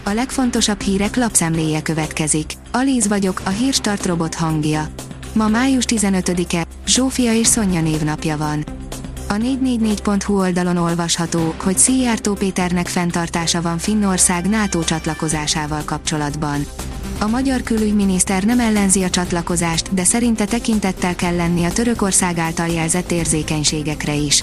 A legfontosabb hírek lapszemléje következik. Alíz vagyok, a Hírstart robot hangja. Ma május 15-e, Zsófia és Szonya névnapja van. A 444.hu oldalon olvasható, hogy Szijjártó Péternek fenntartása van Finnország NATO csatlakozásával kapcsolatban. A magyar külügyminiszter nem ellenzi a csatlakozást, de szerinte tekintettel kell lenni a Törökország által jelzett érzékenységekre is.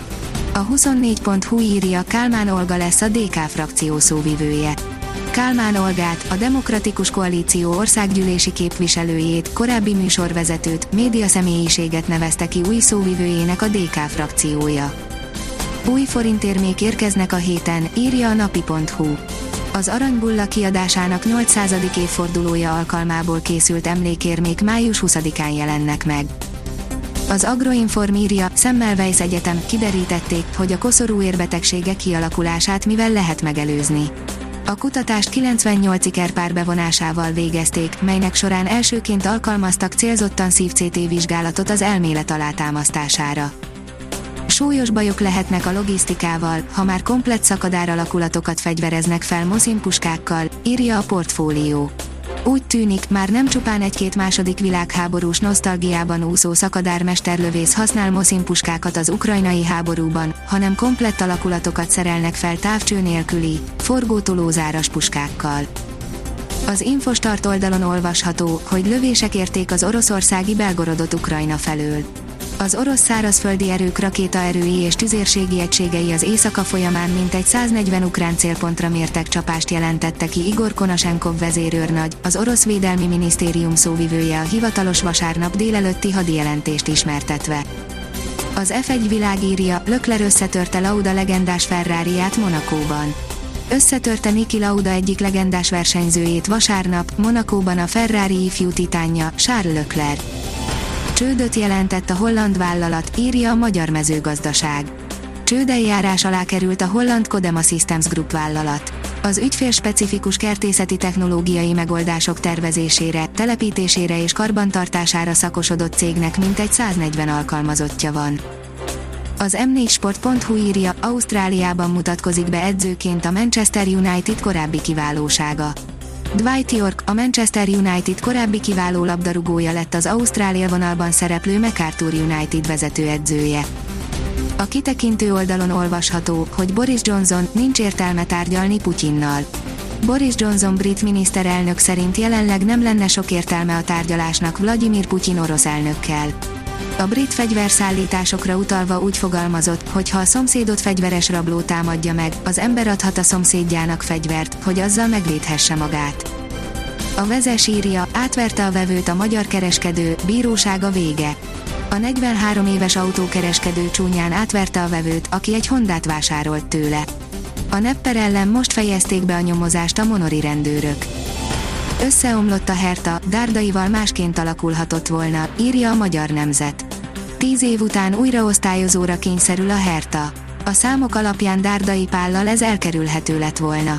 A 24.hu írja, Kálmán Olga lesz a DK frakció szóvivője. Kálmán Olgát, a Demokratikus Koalíció országgyűlési képviselőjét, korábbi műsorvezetőt, médiaszemélyiséget nevezte ki új szóvivőjének a DK frakciója. Új forintérmék érkeznek a héten, írja a napi.hu. Az Aranybulla kiadásának 800. évfordulója alkalmából készült emlékérmék május 20-án jelennek meg. Az Agroinform írja, Semmelweis Egyetem, kiderítették, hogy a koszorú érbetegségek kialakulását mivel lehet megelőzni. A kutatást 98 ikerpár bevonásával végezték, melynek során elsőként alkalmaztak célzottan szív-CT vizsgálatot az elmélet alátámasztására. Súlyos bajok lehetnek a logisztikával, ha már komplett szakadár alakulatokat fegyvereznek fel Mosin puskákkal, írja a Portfólió. Úgy tűnik, már nem csupán egy-két második világháborús nosztalgiában úszó szakadármesterlövész használ Mosin puskákat az ukrajnai háborúban, hanem komplett alakulatokat szerelnek fel távcső nélküli, forgótolózáras puskákkal. Az Infostart oldalon olvasható, hogy lövések érték az oroszországi Belgorodot Ukrajna felől. Az orosz szárazföldi erők rakétaerői és tüzérségi egységei az éjszaka folyamán mintegy 140 ukrán célpontra mértek csapást, jelentette ki Igor Konashenkov vezérőrnagy, az orosz védelmi minisztérium szóvivője a hivatalos vasárnap délelőtti hadijelentést ismertetve. Az F1 világ írja, Leclerc összetörte Lauda legendás Ferrariát Monacóban. Összetörte Niki Lauda egyik legendás versenyzőjét vasárnap, Monacóban a Ferrari ifjú titánja, Charles Leclerc. Csődöt jelentett a holland vállalat, írja a Magyar Mezőgazdaság. Csődeljárás alá került a holland Codema Systems Group vállalat. Az ügyfélspecifikus kertészeti technológiai megoldások tervezésére, telepítésére és karbantartására szakosodott cégnek mintegy 140 alkalmazottja van. Az m4sport.hu írja, Ausztráliában mutatkozik be edzőként a Manchester United korábbi kiválósága. Dwight York, a Manchester United korábbi kiváló labdarúgója lett az Ausztrália vonalban szereplő MacArthur United vezetőedzője. A kitekintő oldalon olvasható, hogy Boris Johnson, nincs értelme tárgyalni Putyinnal. Boris Johnson brit miniszterelnök szerint jelenleg nem lenne sok értelme a tárgyalásnak Vladimir Putyin orosz elnökkel. A brit fegyverszállításokra utalva úgy fogalmazott, hogy ha a szomszédot fegyveres rabló támadja meg, az ember adhat a szomszédjának fegyvert, hogy azzal megvédhesse magát. A Vezes írja, átverte a vevőt a magyar kereskedő, bíróság a vége. A 43 éves autókereskedő csúnyán átverte a vevőt, aki egy Hondát vásárolt tőle. A Nepper ellen most fejezték be a nyomozást a monori rendőrök. Összeomlott a Hertha, Dárdaival másként alakulhatott volna, írja a Magyar Nemzet. 10 év után újraosztályozóra kényszerül a Hertha. A számok alapján Dárdai Pállal ez elkerülhető lett volna.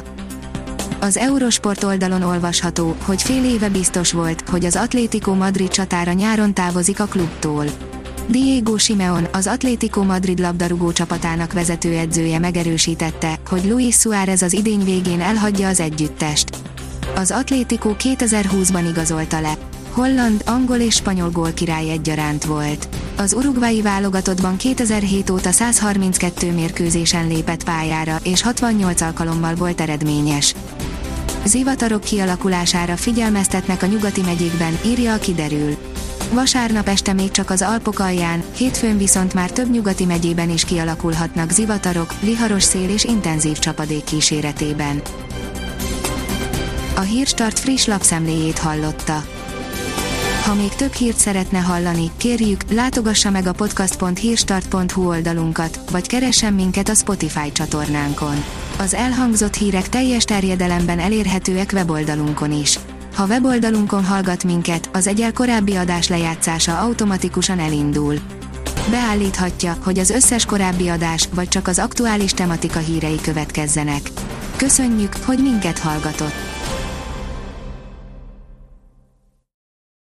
Az Eurosport oldalon olvasható, hogy fél éve biztos volt, hogy az Atlético Madrid csatára nyáron távozik a klubtól. Diego Simeone, az Atlético Madrid labdarúgó csapatának vezetőedzője megerősítette, hogy Luis Suárez az idény végén elhagyja az együttest. Az Atlético 2020-ban igazolta le. Holland, angol és spanyol gólkirály egyaránt volt. Az uruguayi válogatottban 2007 óta 132 mérkőzésen lépett pályára, és 68 alkalommal volt eredményes. Zivatarok kialakulására figyelmeztetnek a nyugati megyékben, írja a Kiderül. Vasárnap este még csak az Alpok alján, hétfőn viszont már több nyugati megyében is kialakulhatnak zivatarok, viharos szél és intenzív csapadék kíséretében. A Hírstart friss lapszemléjét hallotta. Ha még több hírt szeretne hallani, kérjük, látogassa meg a podcast.hírstart.hu oldalunkat, vagy keressen minket a Spotify csatornánkon. Az elhangzott hírek teljes terjedelemben elérhetőek weboldalunkon is. Ha weboldalunkon hallgat minket, az egyel korábbi adás lejátszása automatikusan elindul. Beállíthatja, hogy az összes korábbi adás, vagy csak az aktuális tematika hírei következzenek. Köszönjük, hogy minket hallgatott!